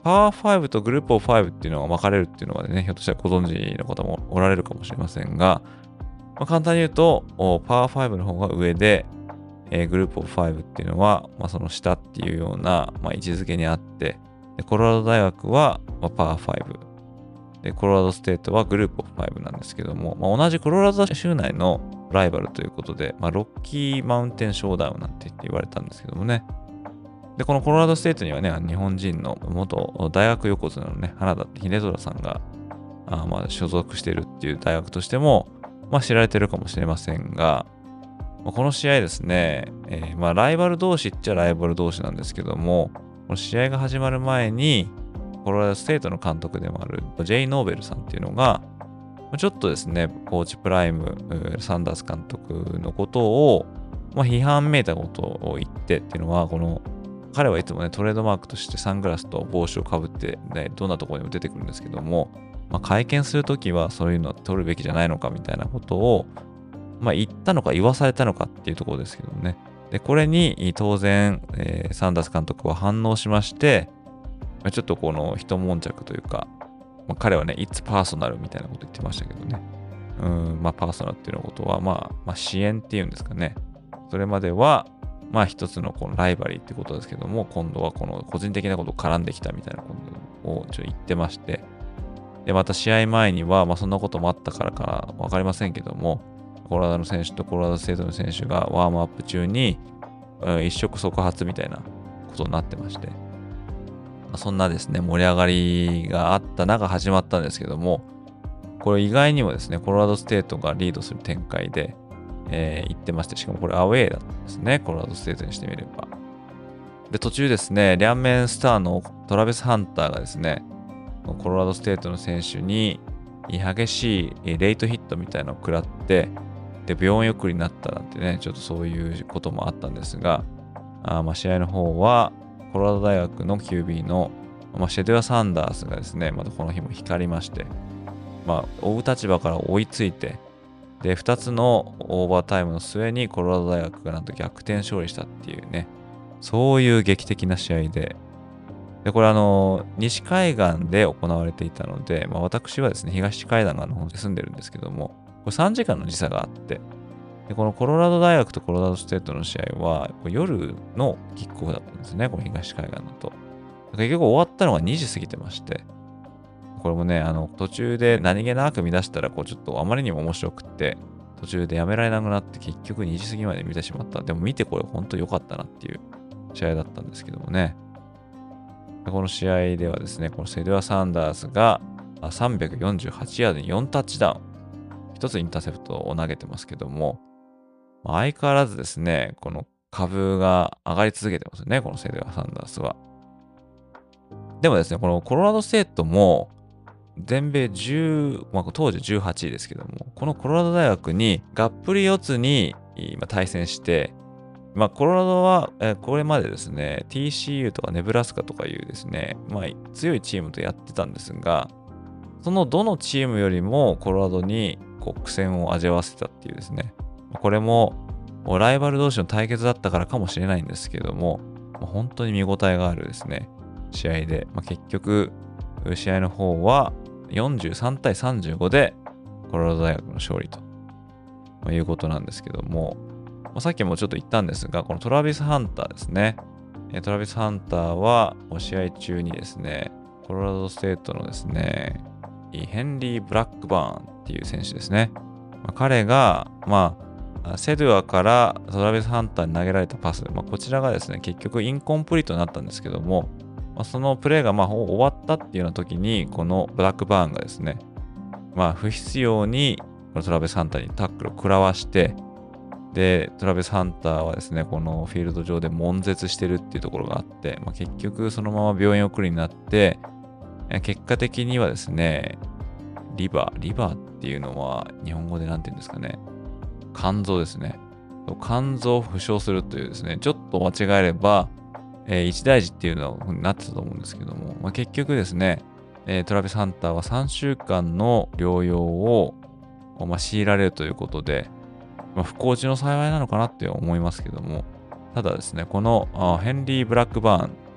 パワー5とグループオブ5っていうのが分かれるっていうのはね、ひょっとしたらご存知の方もおられるかもしれませんが、簡単に言うと、パワー5の方が上で、グループオブ5っていうのは、その下っていうような、位置づけにあって、でコロラド大学は、パワー5。で、コロラドステートはグループオブ5なんですけども、同じコロラド州内のライバルということで、ロッキーマウンテンショーダウンなんて言われたんですけどもね。で、このコロラドステートにはね、日本人の元大学横綱のね、花田秀虎さんが、所属しているっていう大学としても、知られてるかもしれませんが、この試合ですね、ライバル同士っちゃライバル同士なんですけども、この試合が始まる前に、コロラドステートの監督でもあるジェイ・ノーベルさんっていうのが、ちょっとですね、コーチプライム、サンダース監督のことを、批判めいたことを言ってっていうのは、彼はいつもね、トレードマークとしてサングラスと帽子をかぶって、ね、どんなところにも出てくるんですけども、会見するときはそういうのは取るべきじゃないのかみたいなことを、言ったのか言わされたのかっていうところですけどもね。で、これに当然、サンダース監督は反応しまして、ちょっとこの一悶着というか、彼はね、It's personal みたいなこと言ってましたけどね。パーソナルっていうのことは、支援っていうんですかね。それまでは、一つのこのライバリーってことですけども、今度はこの個人的なことを絡んできたみたいなことをちょっと言ってまして、で、また試合前には、そんなこともあったからかわかりませんけども、コロラドの選手とコロラドステートの選手がワームアップ中に、一触即発みたいなことになってまして、そんなですね、盛り上がりがあった中始まったんですけども、これ意外にもですね、コロラドステートがリードする展開で、行ってまして、しかもこれアウェーだったんですね、コロラドステートにしてみれば。で、途中ですね、両面スターのトラビス・ハンターがですね、コロラドステートの選手に激しいレイトヒットみたいなのを食らって、で、病院送りになったなんてね、ちょっとそういうこともあったんですが、試合の方は、コロラド大学の QB の、シェドゥア・サンダースがですね、またこの日も光りまして、追う立場から追いついて、で、2つのオーバータイムの末にコロラド大学がなんと逆転勝利したっていうね、そういう劇的な試合で、これ西海岸で行われていたので、私はですね、東海岸の方で住んでるんですけども、これ3時間の時差があって、で、このコロラド大学とコロラドステートの試合は、夜のキックオフだったんですね、この東海岸だと。結局終わったのが2時過ぎてまして、これもね、途中で何気なく見出したら、ちょっとあまりにも面白くって、途中でやめられなくなって結局2時過ぎまで見てしまった。でも見てこれ本当良かったなっていう試合だったんですけどもね。この試合ではですね、このセドゥア・サンダースが348ヤードに4タッチダウン。1つインターセプトを投げてますけども、相変わらずですね、この株が上がり続けてますよね、このセドゥア・サンダースは。でもですね、このコロラドステートも、全米10、当時18位ですけども、このコロラド大学にがっぷり四つに対戦して、コロラドは、これまでですね、TCU とかネブラスカとかいうですね、強いチームとやってたんですが、そのどのチームよりもコロラドに苦戦を味わわせたっていうですね、これもライバル同士の対決だったからかもしれないんですけども、本当に見応えがあるですね、試合で、結局、試合の方は43対35でコロラド大学の勝利ということなんですけども、さっきもちょっと言ったんですが、このトラビス・ハンターですね。トラビス・ハンターは試合中にですね、コロラドステートのですね、ヘンリー・ブラックバーンっていう選手ですね。彼が、セドゥアからトラビス・ハンターに投げられたパス、こちらがですね、結局インコンプリートになったんですけども、そのプレーが終わったっていうような時に、このブラックバーンがですね、不必要にトラビス・ハンターにタックルを食らわして、で、トラビス・ハンターはですね、このフィールド上で悶絶してるっていうところがあって、結局そのまま病院送りになって、結果的にはですね、リバーっていうのは日本語でなんて言うんですかね、肝臓ですね。肝臓を負傷するというですね、ちょっと間違えれば、一大事っていうのになってたと思うんですけども、結局ですね、トラビス・ハンターは3週間の療養を、強いられるということで、不幸中の幸いなのかなって思いますけども、ただですね、このヘンリー・ブラックバーン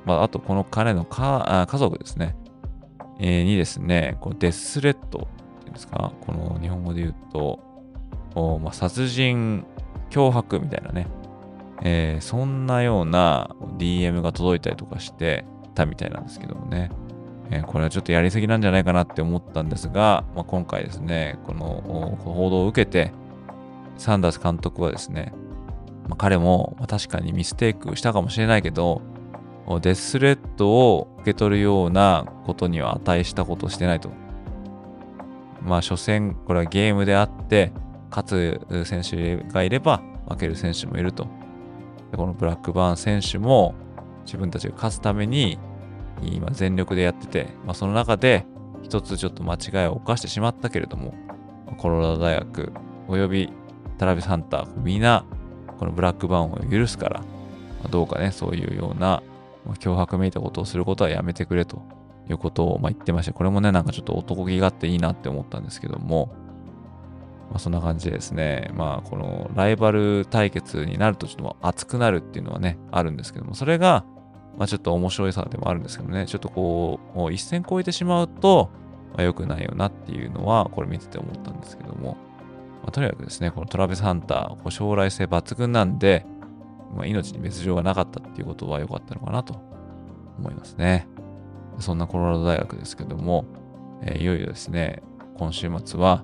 あとこの彼の家族ですね、にですね、こうデスレッドっていうんですか、この日本語で言うと、殺人脅迫みたいなね、そんなような DM が届いたりとかしてたみたいなんですけどもね。これはちょっとやりすぎなんじゃないかなって思ったんですが、今回ですね、この報道を受けて、サンダース監督はですね、彼も確かにミステイクしたかもしれないけど、デススレッドを受け取るようなことには値したことをしてないと。所詮、これはゲームであって、勝つ選手がいれば負ける選手もいると。でこのブラックバーン選手も自分たちが勝つために今全力でやってて、その中で一つちょっと間違いを犯してしまったけれども、コロラド大学およびトラビス・ハンター、みんなこのブラックバーンを許すから、どうかね、そういうような脅迫めいたことをすることはやめてくれということを言ってまして、これもね、なんかちょっと男気があっていいなって思ったんですけども、そんな感じでですね、このライバル対決になるとちょっと熱くなるっていうのはね、あるんですけども、それが、ちょっと面白いさでもあるんですけどね、ちょっとこう、一線越えてしまうと、良くないよなっていうのは、これ見てて思ったんですけども、とにかくですね、このトラビス・ハンター、将来性抜群なんで、命に別状がなかったっていうことは良かったのかなと思いますね。そんなコロラド大学ですけども、いよいよですね、今週末は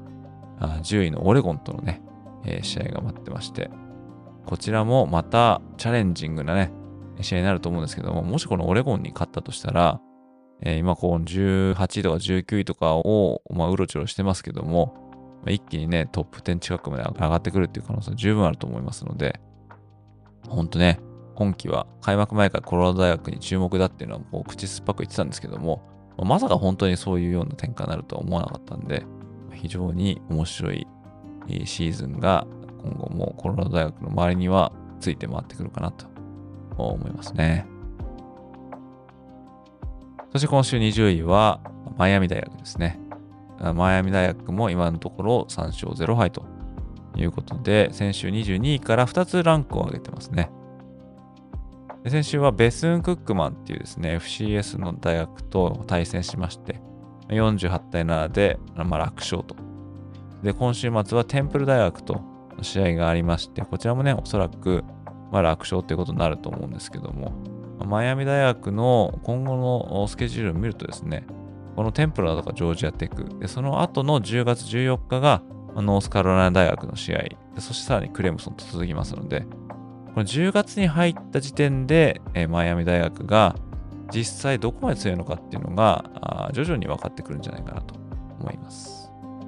10位のオレゴンとのね、試合が待ってまして、こちらもまたチャレンジングなね、試合になると思うんですけども、もしこのオレゴンに勝ったとしたら、今こう18位とか19位とかを、うろちょろしてますけども、一気にね、トップ10近くまで上がってくるっていう可能性は十分あると思いますので、ほんとね、今季は開幕前からコロラド大学に注目だっていうのはもう口酸っぱく言ってたんですけども、まさか本当にそういうような展開になるとは思わなかったんで、非常に面白いシーズンが今後もコロラド大学の周りにはついて回ってくるかなと思いますね。そして今週20位はマイアミ大学ですね。マイアミ大学も今のところ3勝0敗ということで、先週22位から2つランクを上げてますね。で先週はベスーン・クックマンっていうですね、FCS の大学と対戦しまして、48対7で、楽勝と。で、今週末はテンプル大学と試合がありまして、こちらもね、おそらく、楽勝ということになると思うんですけども、マイアミ大学の今後のスケジュールを見るとですね、このテンプルだとかジョージアテク、でその後の10月14日がノースカロライナ大学の試合、そしてさらにクレムソンと続きますので、この10月に入った時点で、マイアミ大学が実際どこまで強いのかっていうのが徐々に分かってくるんじゃないかなと思います。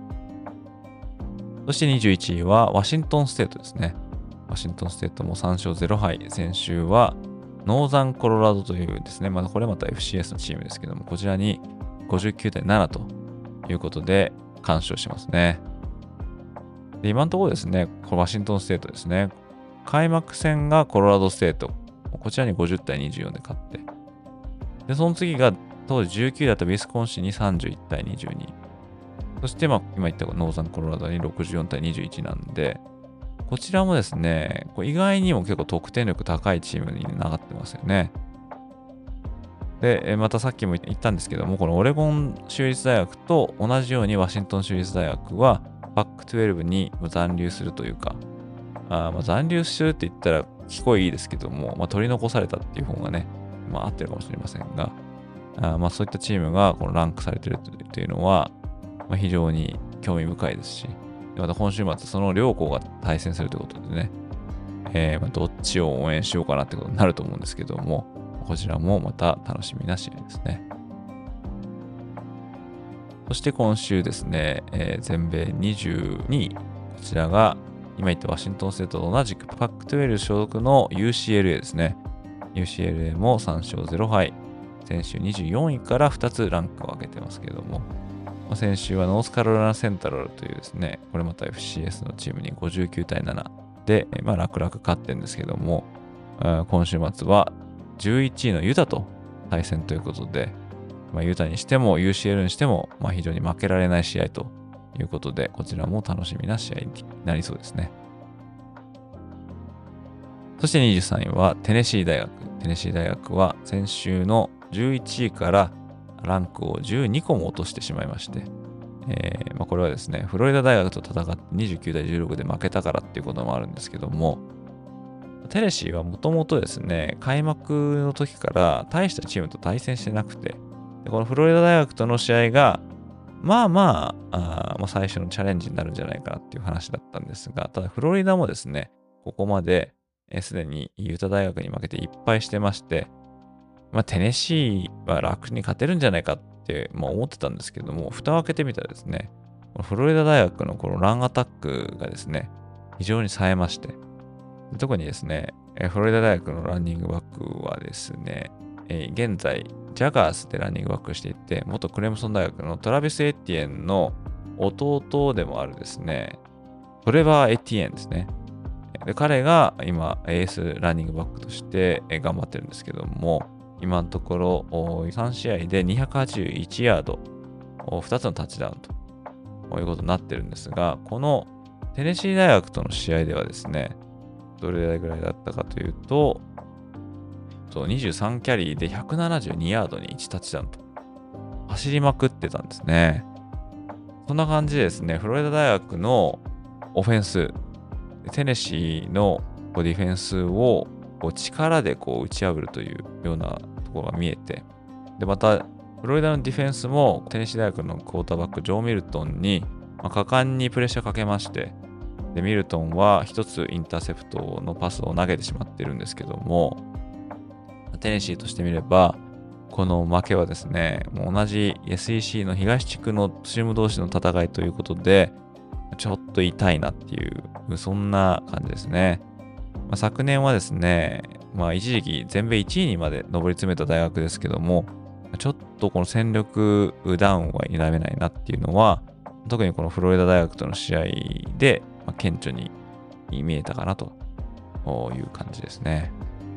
そして21位はワシントンステートですね。ワシントンステートも3勝0敗。先週はノーザンコロラドというですね、これまた FCS のチームですけども、こちらに59対7ということで完勝しますね。で今のところですね、ワシントンステートですね。開幕戦がコロラドステート。こちらに50対24で勝って。で、その次が当時19位だったウィスコンシンに31対22。そして、今言ったノーザンコロラドに64対21なんで、こちらもですね、意外にも結構得点力高いチームになってますよね。で、またさっきも言ったんですけども、このオレゴン州立大学と同じようにワシントン州立大学は、パック12に残留するというか、残留するって言ったら聞こえいいですけども、取り残されたっていう方がね、合ってるかもしれませんが、そういったチームがこのランクされてるというのは、非常に興味深いですし、また今週末その両校が対戦するということでね、どっちを応援しようかなってことになると思うんですけども、こちらもまた楽しみな試合ですね。そして今週ですね、全米22位、こちらが今言ったワシントンステートと同じくパック12所属の UCLA ですね。UCLA も3勝0敗。先週24位から2つランクを上げてますけれども、先週はノースカロライナセントラルというですね、これまた FCS のチームに59対7で、楽々勝ってるんですけども、今週末は11位のユタと対戦ということで、ユタにしても UCL にしても、非常に負けられない試合ということで、こちらも楽しみな試合になりそうですね。 そして23位はテネシー大学。テネシー大学は先週の11位からランクを12個も落としてしまいまして、これはですね、フロリダ大学と戦って29対16で負けたからっていうこともあるんですけども、テネシーはもともとですね、開幕の時から大したチームと対戦してなくて、でこのフロリダ大学との試合が、最初のチャレンジになるんじゃないかなっていう話だったんですが、ただフロリダもですね、ここまですでにユタ大学に負けていっぱいしてまして、テネシーは楽に勝てるんじゃないかって、思ってたんですけども、蓋を開けてみたらですね、このフロリダ大学のこのランアタックがですね、非常に冴えまして、特にですね、フロリダ大学のランニングバックはですね、現在、ジャガースでランニングバックしていて、元クレムソン大学のトラビス・エティエンの弟でもあるですね、トレバー・エティエンですね。で彼が今、エースランニングバックとして頑張ってるんですけども、今のところ3試合で281ヤード、2つのタッチダウンということになってるんですが、このテネシー大学との試合ではですね、どれぐらいだったかというと、23キャリーで172ヤードに1タッチダウンと走りまくってたんですね。そんな感じでですね、フロリダ大学のオフェンス、テネシーのディフェンスを力で打ち破るというようなところが見えて、で、また、フロリダのディフェンスもテネシー大学のクォーターバック、ジョー・ミルトンに果敢にプレッシャーかけまして、で、ミルトンは一つインターセプトのパスを投げてしまってるんですけども、テネシーとしてみれば、この負けはですね、もう同じ SEC の東地区のチーム同士の戦いということで、ちょっと痛いなっていう、そんな感じですね。昨年はですね、一時期全米1位にまで上り詰めた大学ですけども、ちょっとこの戦力ダウンは否めないなっていうのは、特にこのフロリダ大学との試合で、顕著に見えたかなという感じですね。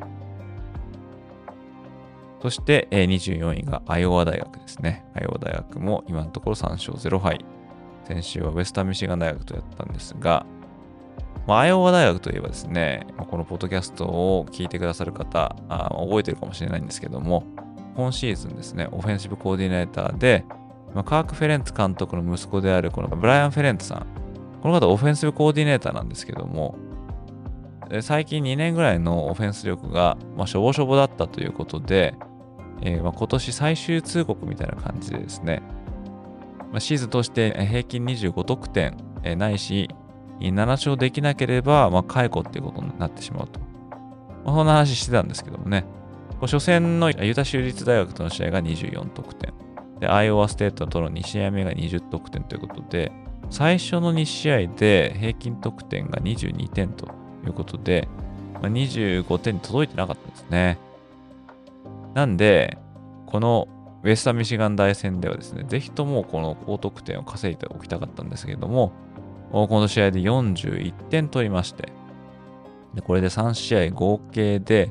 そして、24位がアイオワ大学ですね。アイオワ大学も今のところ3勝0敗。先週はウェスタンミシガン大学とやったんですが、アイオワ大学といえばですね、このポッドキャストを聞いてくださる方、覚えてるかもしれないんですけども、今シーズンですね、オフェンシブコーディネーターで、カーク・フェレンツ監督の息子であるこのブライアン・フェレンツさん、この方オフェンシブコーディネーターなんですけども、最近2年ぐらいのオフェンス力が、しょぼしょぼだったということで、今年最終通告みたいな感じでですね、シーズン通して平均25得点、ないし、7勝できなければ、解雇っていうことになってしまうと。そんな話してたんですけどもね、初戦のユタ州立大学との試合が24得点。で、アイオワステートとの2試合目が20得点ということで、最初の2試合で平均得点が22点ということで、25点に届いてなかったんですね。なんで、このウェスタンミシガン大戦ではですね、ぜひともこの高得点を稼いでおきたかったんですけれども、この試合で41点取りまして、でこれで3試合合計で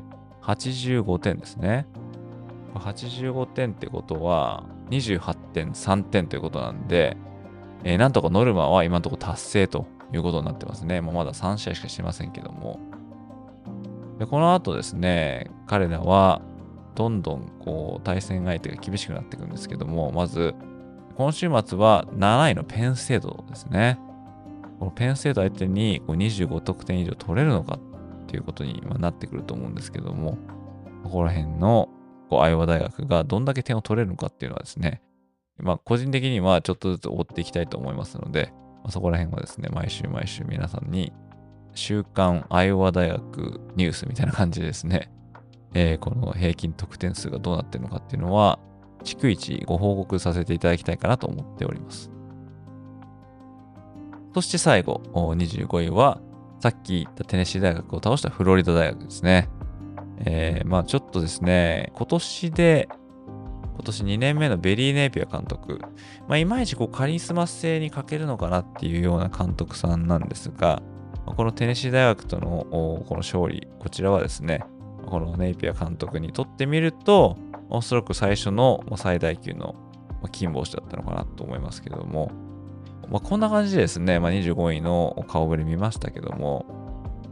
85点ですね。85点ってことは 28.3 点ということなんで、なんとかノルマは今のところ達成ということになってますね。まだ3試合しかしてませんけども。でこの後ですね、彼らはどんどん対戦相手が厳しくなっていくんですけども、まず今週末は7位のペンステートですね。このペンステート相手に25得点以上取れるのかっていうことになってくると思うんですけども、ここら辺のアイオワ大学がどんだけ点を取れるのかっていうのはですね、個人的にはちょっとずつ追っていきたいと思いますので、そこら辺はですね、毎週皆さんに週刊アイオワ大学ニュースみたいな感じでですね、この平均得点数がどうなっているのかっていうのは、逐一ご報告させていただきたいかなと思っております。そして最後、25位は、さっき言ったテネシー大学を倒したフロリダ大学ですね。ちょっとですね、今年2年目のベリー・ネイピア監督、いまいちカリスマ性に欠けるのかなっていうような監督さんなんですが、このテネシー大学とのこの勝利、こちらはですね、このネイピア監督にとってみると、おそらく最初の最大級の金星だったのかなと思いますけども、こんな感じでですね、25位の顔ぶれ見ましたけども、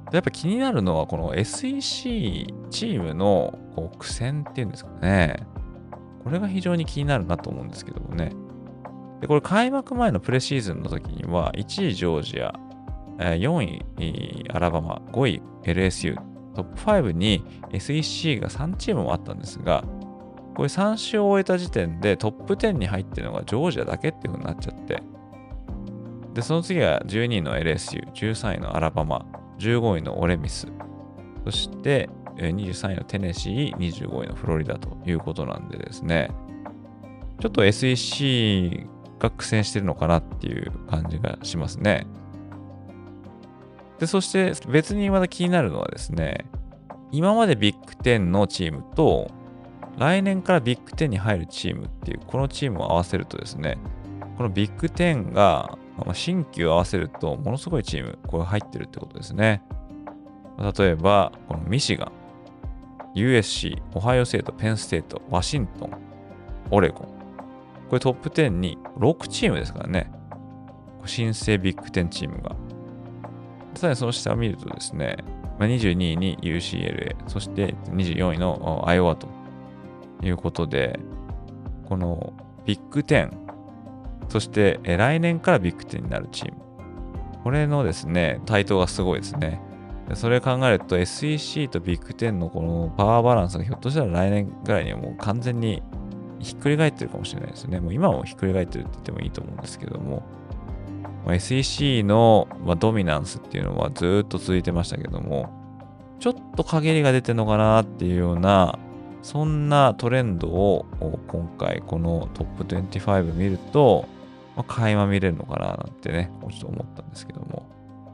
やっぱ気になるのは、この SEC チームのこう苦戦っていうんですかね。これが非常に気になるなと思うんですけどもね。で、これ開幕前のプレシーズンの時には、1位ジョージア、4位アラバマ、5位 LSU、トップ5に SEC が3チームもあったんですが、これ3週を終えた時点でトップ10に入ってるのがジョージアだけっていう風になっちゃって、で、その次が12位の LSU、13位のアラバマ、15位のオレミス、そして23位のテネシー、25位のフロリダということなんでですね、ちょっと SEC が苦戦してるのかなっていう感じがしますね。で、そして別にまだ気になるのはですね、今までビッグ10のチームと、来年からビッグ10に入るチームっていう、このチームを合わせるとですね、このビッグ10が、新旧合わせると、ものすごいチーム、これ入ってるってことですね。例えば、このミシガン、USC、オハイオステート、ペンステート、ワシントン、オレゴン。これトップ10に6チームですからね。新生ビッグ10チームが。さらにその下を見るとですね、22位に UCLA、そして24位のアイオワということで、このビッグ10、そして来年からビッグ10になるチーム。これのですね、台頭がすごいですね。それを考えると SEC とビッグ10のこのパワーバランスがひょっとしたら来年ぐらいにはもう完全にひっくり返ってるかもしれないですね。もう今もひっくり返ってるって言ってもいいと思うんですけども、SEC のドミナンスっていうのはずっと続いてましたけども、ちょっと陰りが出てるのかなっていうような、そんなトレンドを今回このトップ25見ると、垣間見れるのかななんてね、ちょっと思ったんですけども。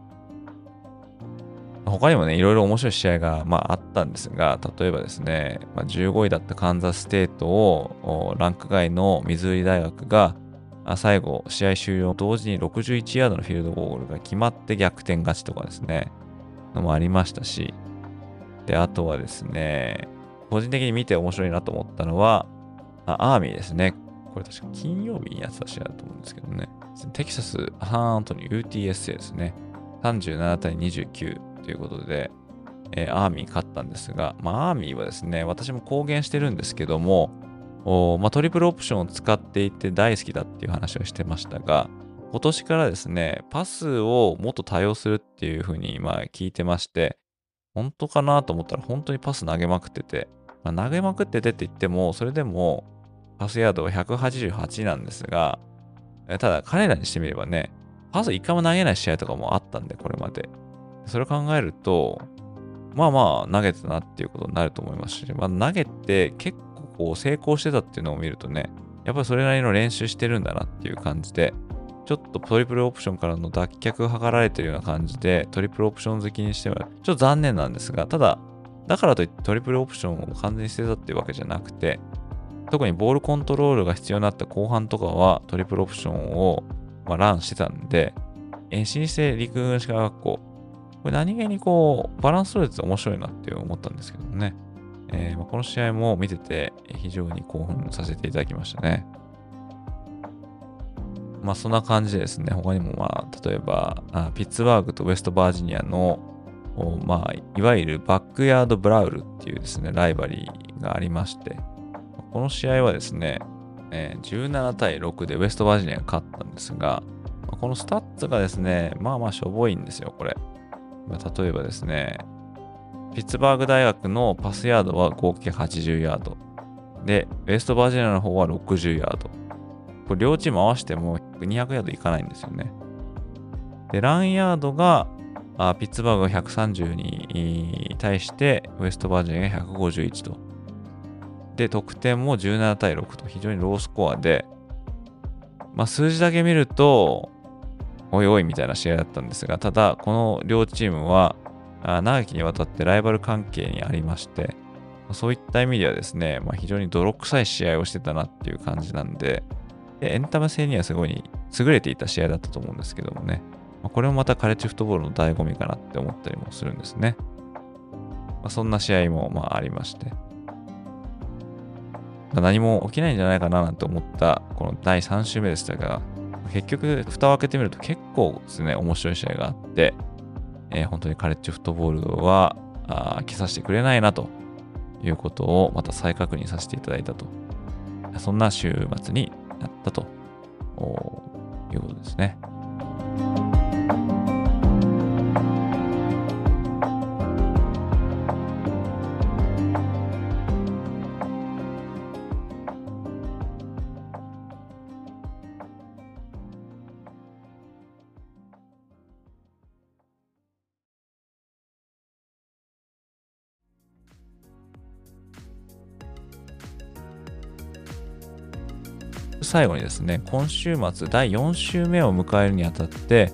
他にもね、いろいろ面白い試合が、あったんですが、例えばですね、15位だったカンザスステートをランク外のミズーリ大学が、最後、試合終了同時に61ヤードのフィールドゴールが決まって逆転勝ちとかですね、のもありましたし、で、あとはですね、個人的に見て面白いなと思ったのは、アーミーですね。これ確か金曜日にやってた試合だと思うんですけどね。テキサス・サンアントニー UTSA ですね。37対29ということで、アーミー勝ったんですが、アーミーはですね、私も公言してるんですけども、トリプルオプションを使っていて大好きだっていう話をしてましたが、今年からですね、パスをもっと多用するっていうふうに聞いてまして、本当かなと思ったら本当にパス投げまくってて、投げまくっててって言っても、それでもパスヤードは188なんですが、ただ彼らにしてみればね、パス一回も投げない試合とかもあったんで、これまで。それを考えると、投げてたなっていうことになると思いますし、投げて結構こう成功してたっていうのを見るとね、やっぱりそれなりの練習してるんだなっていう感じで、ちょっとトリプルオプションからの脱却が図られてるような感じで、トリプルオプション好きにしては、ちょっと残念なんですが、ただ、だからといってトリプルオプションを完全に捨てたっていうわけじゃなくて、特にボールコントロールが必要になった後半とかはトリプルオプションをランしてたんで、新生陸軍士科学校、これ何気にこう、バランス取れてて面白いなって思ったんですけどもね。この試合も見てて非常に興奮させていただきましたね。そんな感じでですね、他にも例えば、ピッツバーグとウェストバージニアの、いわゆるバックヤードブラウルっていうですね、ライバリーがありまして、この試合はですね、17対6でウェストバージニアが勝ったんですが、このスタッツがですね、しょぼいんですよ、これ。例えばですね、ピッツバーグ大学のパスヤードは合計80ヤード。で、ウェストバージニアの方は60ヤード。これ両チーム合わせても200ヤードいかないんですよね。で、ランヤードがピッツバーグが130に対してウェストバージニアが151と。で、得点も17対6と非常にロースコアで、数字だけ見ると、おいおいみたいな試合だったんですが、ただ、この両チームは長きにわたってライバル関係にありまして、そういった意味ではですね、非常に泥臭い試合をしてたなっていう感じなんで、エンタメ性にはすごい優れていた試合だったと思うんですけどもね、これもまたカレッジフットボールの醍醐味かなって思ったりもするんですね。そんな試合もありまして、何も起きないんじゃないかななんて思ったこの第3週目でしたが、結局蓋を開けてみると結構ですね、面白い試合があって、 本当にカレッジフットボールは消させてくれないなということをまた再確認させていただいたと。そんな週末になったということですね。最後にですね、今週末第4週目を迎えるにあたって、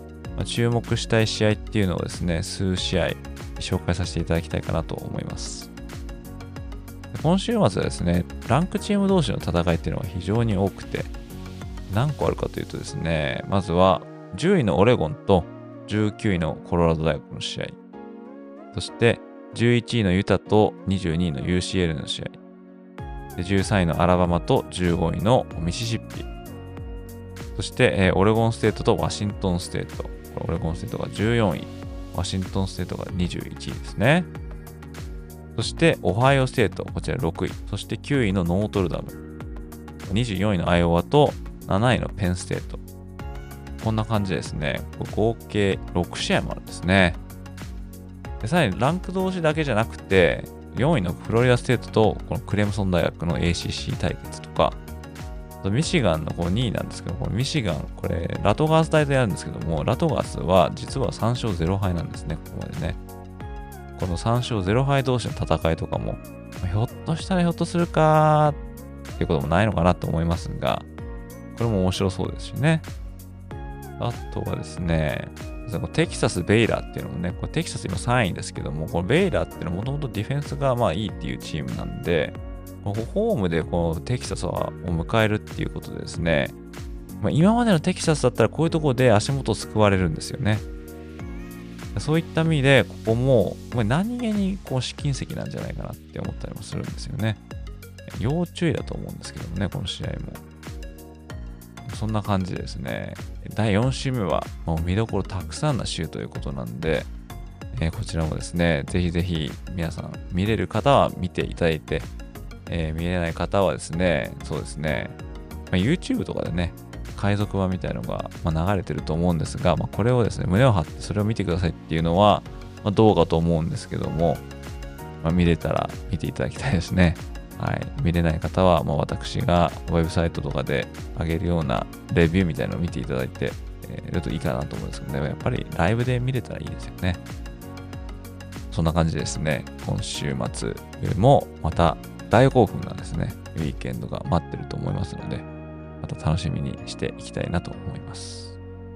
注目したい試合っていうのをですね、数試合紹介させていただきたいかなと思います。今週末はですね、ランクチーム同士の戦いっていうのが非常に多くて、何個あるかというとですね、まずは10位のオレゴンと19位のコロラド大学の試合、そして11位のユタと22位の UCL の試合、13位のアラバマと15位のミシシッピ、そして、オレゴンステートとワシントンステート、オレゴンステートが14位、ワシントンステートが21位ですね。そしてオハイオステート、こちら6位、そして9位のノートルダム、24位のアイオワと7位のペンステート。こんな感じですね。合計6試合もあるんですね。でさらにランク同士だけじゃなくて、4位のフロリダステートとこのクレムソン大学の ACC 対決とか、ミシガンの2位なんですけど、このミシガン、これラトガース大とやるんですけども、ラトガースは実は3勝0敗なんですね、ここまでね。この3勝0敗同士の戦いとかも、ひょっとしたらひょっとするかっていうこともないのかなと思いますが、これも面白そうですしね。あとはですね、テキサス・ベイラーっていうのもね、これテキサス今3位ですけども、このベイラーっていうのはもともとディフェンスがいいっていうチームなんで、ホームでこのテキサスを迎えるっていうことでですね、今までのテキサスだったらこういうところで足元を救われるんですよね。そういった意味で、ここも何気に試金石なんじゃないかなって思ったりもするんですよね。要注意だと思うんですけどもね、この試合も。そんな感じですね。第4週目はもう見どころたくさんな週ということなんで、こちらもですね、ぜひぜひ皆さん見れる方は見ていただいて、見れない方はですね、そうですね、YouTube とかでね、海賊版みたいなのが流れてると思うんですが、これをですね、胸を張ってそれを見てくださいっていうのは、どうかと思うんですけども、見れたら見ていただきたいですね。はい、見れない方は、私がウェブサイトとかで上げるようなレビューみたいなのを見ていただいてるといいかなと思うんですけどね、やっぱりライブで見れたらいいですよね。そんな感じですね。今週末もまた大興奮なんですね。ウィーケンドが待ってると思いますので、また楽しみにしていきたいなと思います。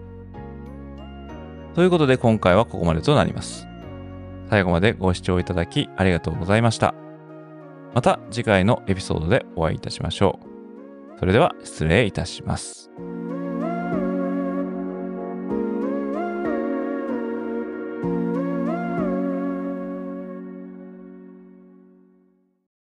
ということで今回はここまでとなります。最後までご視聴いただきありがとうございました。また次回のエピソードでお会いいたしましょう。それでは失礼いたします。